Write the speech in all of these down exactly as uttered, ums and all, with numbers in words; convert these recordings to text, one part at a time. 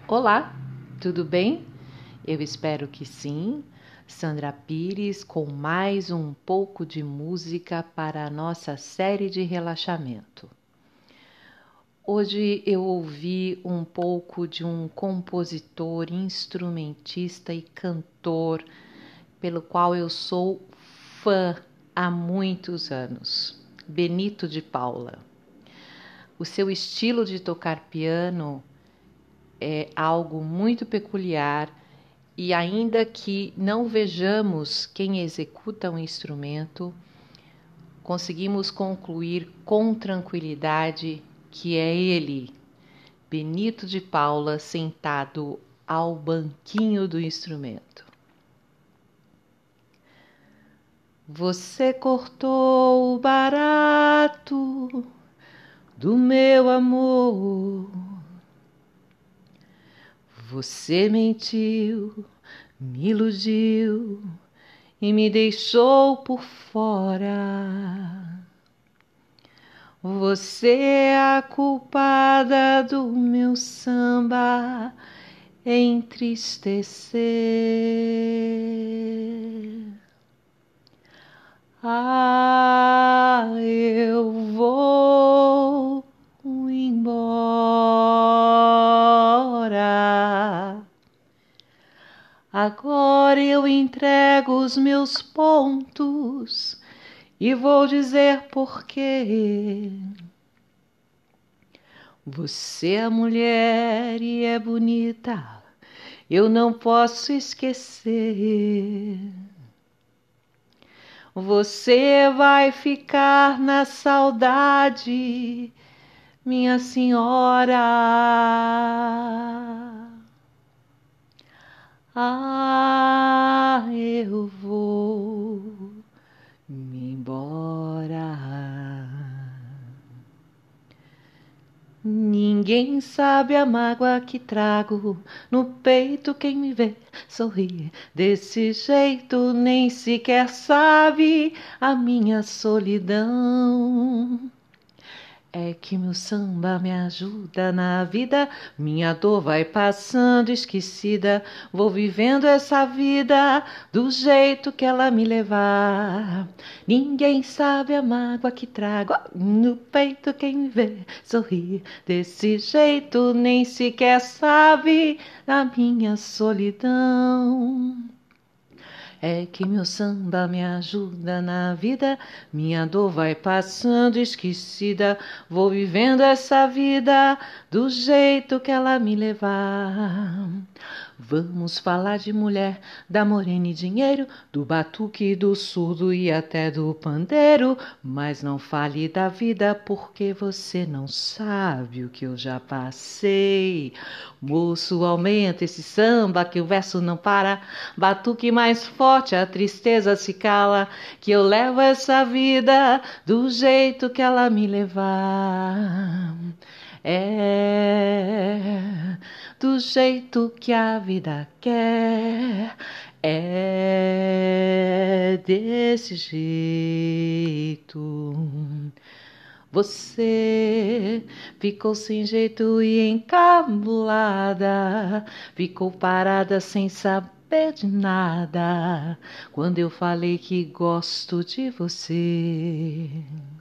Olá, tudo bem? Eu espero que sim. Sandra Pires com mais um pouco de música para a nossa série de relaxamento. Hoje eu ouvi um pouco de um compositor, instrumentista e cantor pelo qual eu sou fã há muitos anos, Benito de Paula. O seu estilo de tocar piano é algo muito peculiar e ainda que não vejamos quem executa o instrumento, conseguimos concluir com tranquilidade que é ele, Benito de Paula, sentado ao banquinho do instrumento. Você cortou o barato do meu amor. Você mentiu, me iludiu e me deixou por fora. Você é a culpada do meu samba entristecer. Ah, eu vou embora. Agora eu entrego os meus pontos e vou dizer por quê. Você é mulher e é bonita, eu não posso esquecer. Você vai ficar na saudade, minha senhora. Ah, eu vou me embora. Ninguém sabe a mágoa que trago no peito. Quem me vê sorrir desse jeito nem sequer sabe a minha solidão. É que meu samba me ajuda na vida, minha dor vai passando esquecida, vou vivendo essa vida do jeito que ela me levar. Ninguém sabe a mágoa que trago no peito. Quem me vê sorrir desse jeito nem sequer sabe a minha solidão. É que meu samba me ajuda na vida, minha dor vai passando esquecida, vou vivendo essa vida do jeito que ela me levar. Vamos falar de mulher, da morena e dinheiro, do batuque, do surdo e até do pandeiro, mas não fale da vida porque você não sabe o que eu já passei. Moço, aumenta esse samba que o verso não para, batuque mais forte, a tristeza se cala, que eu levo essa vida do jeito que ela me levar. É do jeito que a vida quer, é desse jeito. Você ficou sem jeito e encabulada, ficou parada sem saber de nada, quando eu falei que gosto de você.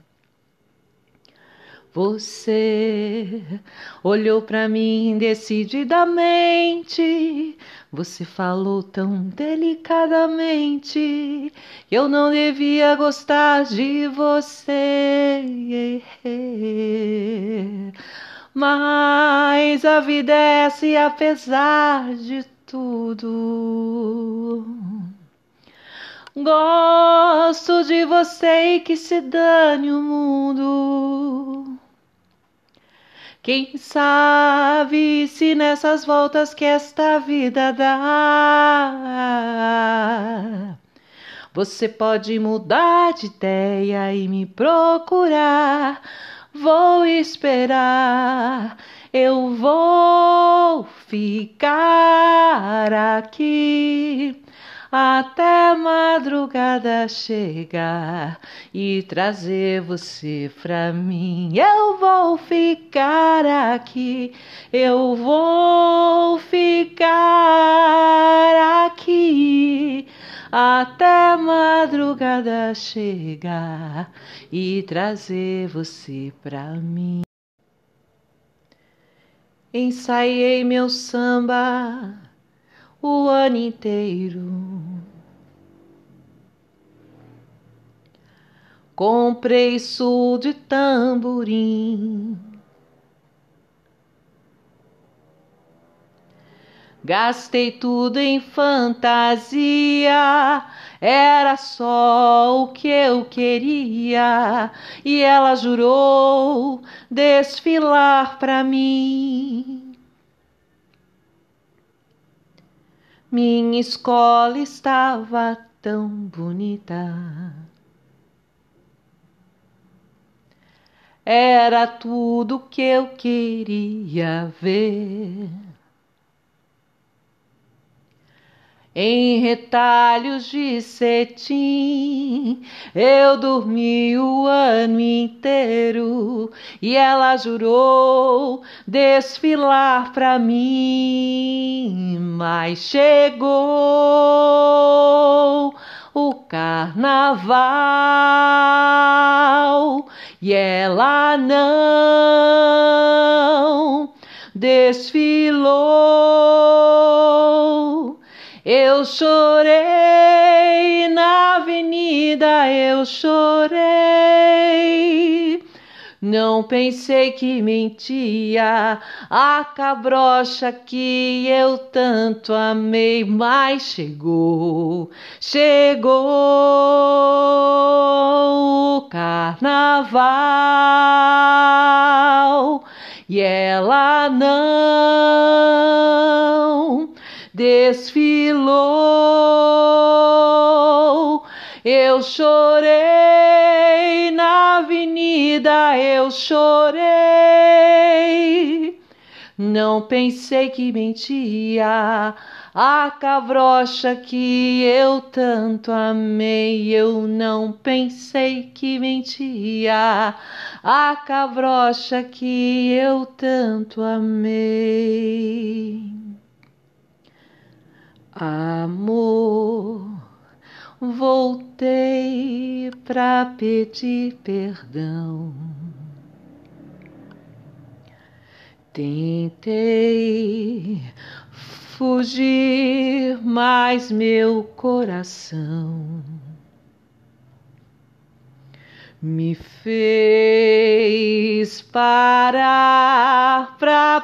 Você olhou pra mim decididamente, você falou tão delicadamente que eu não devia gostar de você. Mas a vida é essa e apesar de tudo, gosto de você e que se dane o mundo. Quem sabe se nessas voltas que esta vida dá, você pode mudar de ideia e me procurar. Vou esperar, eu vou ficar aqui até madrugada chegar e trazer você pra mim. Eu vou ficar aqui, eu vou ficar aqui até madrugada chegar e trazer você pra mim. Ensaiei meu samba o ano inteiro, comprei surdo e tamborim, gastei tudo em fantasia, era só o que eu queria, e ela jurou desfilar pra mim. Minha escola estava tão bonita, era tudo que eu queria ver. Em retalhos de cetim, eu dormi o ano inteiro e ela jurou desfilar pra mim. Mas chegou o carnaval e ela não desfilou. Eu chorei na avenida, eu chorei. Não pensei que mentia a cabrocha que eu tanto amei, mas chegou, chegou o carnaval e ela não desfilou. Eu chorei na avenida, eu chorei. Não pensei que mentia a cabrocha que eu tanto amei. Eu não pensei que mentia a cabrocha que eu tanto amei. Amor, voltei pra pedir perdão. Tentei fugir, mas meu coração me fez parar pra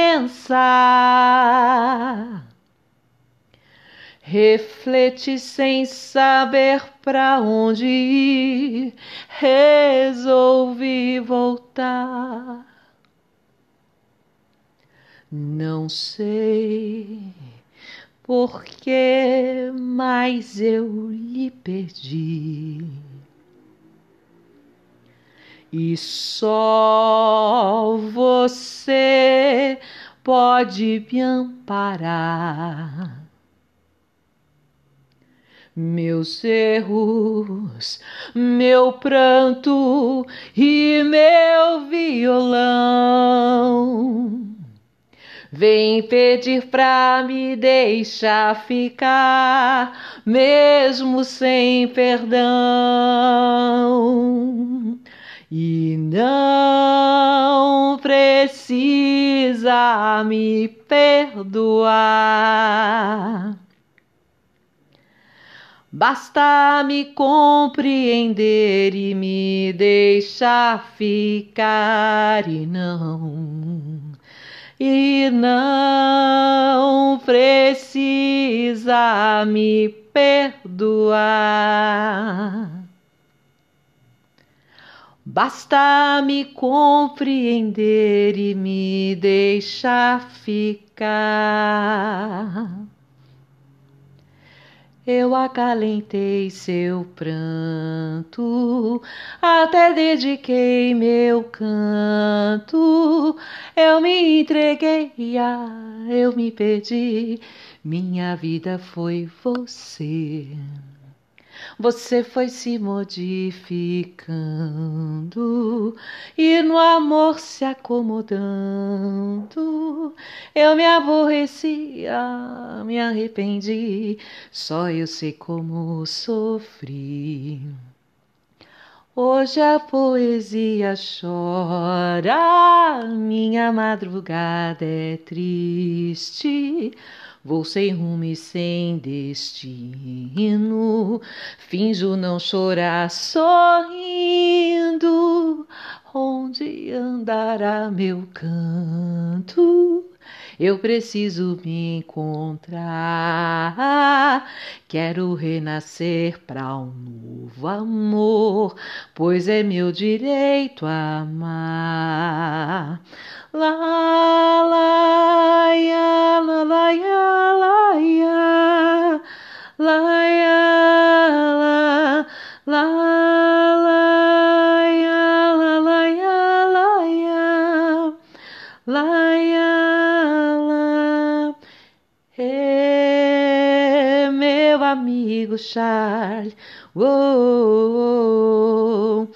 pensar. Refleti sem saber pra onde ir, resolvi voltar. Não sei por que, mas eu lhe perdi. E só você pode me amparar. Meus erros, meu pranto e meu violão vem pedir pra me deixar ficar, mesmo sem perdão. E não precisa me perdoar. Basta me compreender e me deixar ficar, e não, e não precisa me perdoar. Basta me compreender e me deixar ficar. Eu acalentei seu pranto, até dediquei meu canto. Eu me entreguei, ah, eu me perdi, minha vida foi você. Você foi se modificando e no amor se acomodando. Eu me aborreci, ah, me arrependi, só eu sei como sofri. Hoje a poesia chora, minha madrugada é triste. Vou sem rumo e sem destino, finjo não chorar sorrindo. Onde andará meu canto? Eu preciso me encontrar. Quero renascer para um novo amor, pois é meu direito amar. Lá, lá, ia, lá, lá, ia, lá, ia, lá, ia, lá, lá, lá, ia, lá, lá, ia, lá, ia, lá, ia, lá. É, meu amigo Charlie, oh,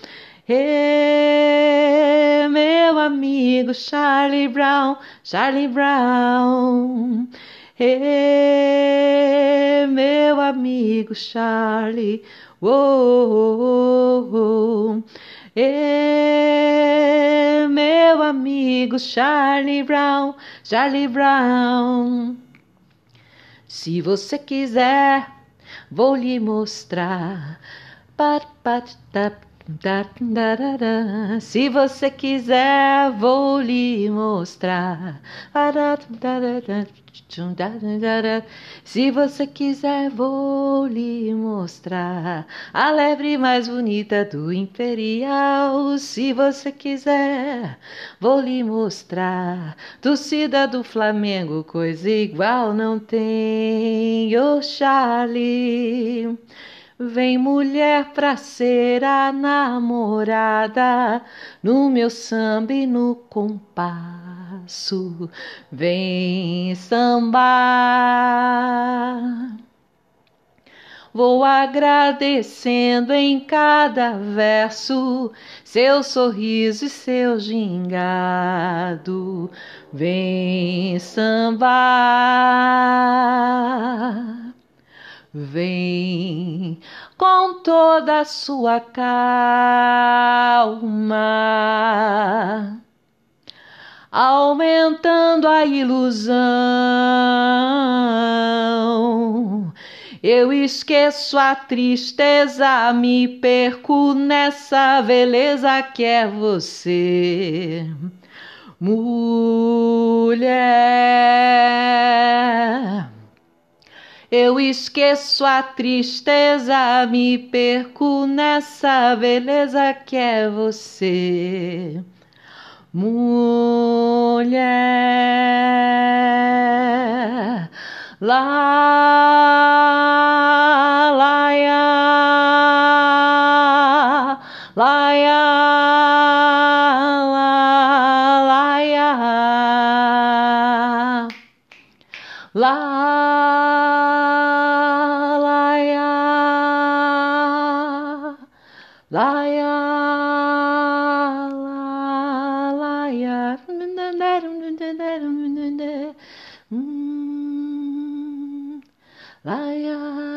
é, meu amigo Charlie Brown, Charlie Brown, é, meu amigo Charlie, oh, é, meu amigo Charlie Brown, Charlie Brown. Se você quiser, vou lhe mostrar. Se você quiser, vou lhe mostrar. Se você quiser, vou lhe mostrar a lebre mais bonita do Imperial. Se você quiser, vou lhe mostrar torcida do Flamengo, coisa igual não tem. Ô Charlie, vem mulher pra ser a namorada no meu samba e no compasso. Vem sambar. Vou agradecendo em cada verso seu sorriso e seu gingado. Vem sambar. Vem com toda a sua calma, aumentando a ilusão. Eu esqueço a tristeza, me perco nessa beleza que é você, mulher. Eu esqueço a tristeza, me perco nessa beleza que é você, mulher. Lá, lá, ia, lá, ia, lá, lá, ia, lá. Laia, la, laia, mm, laia.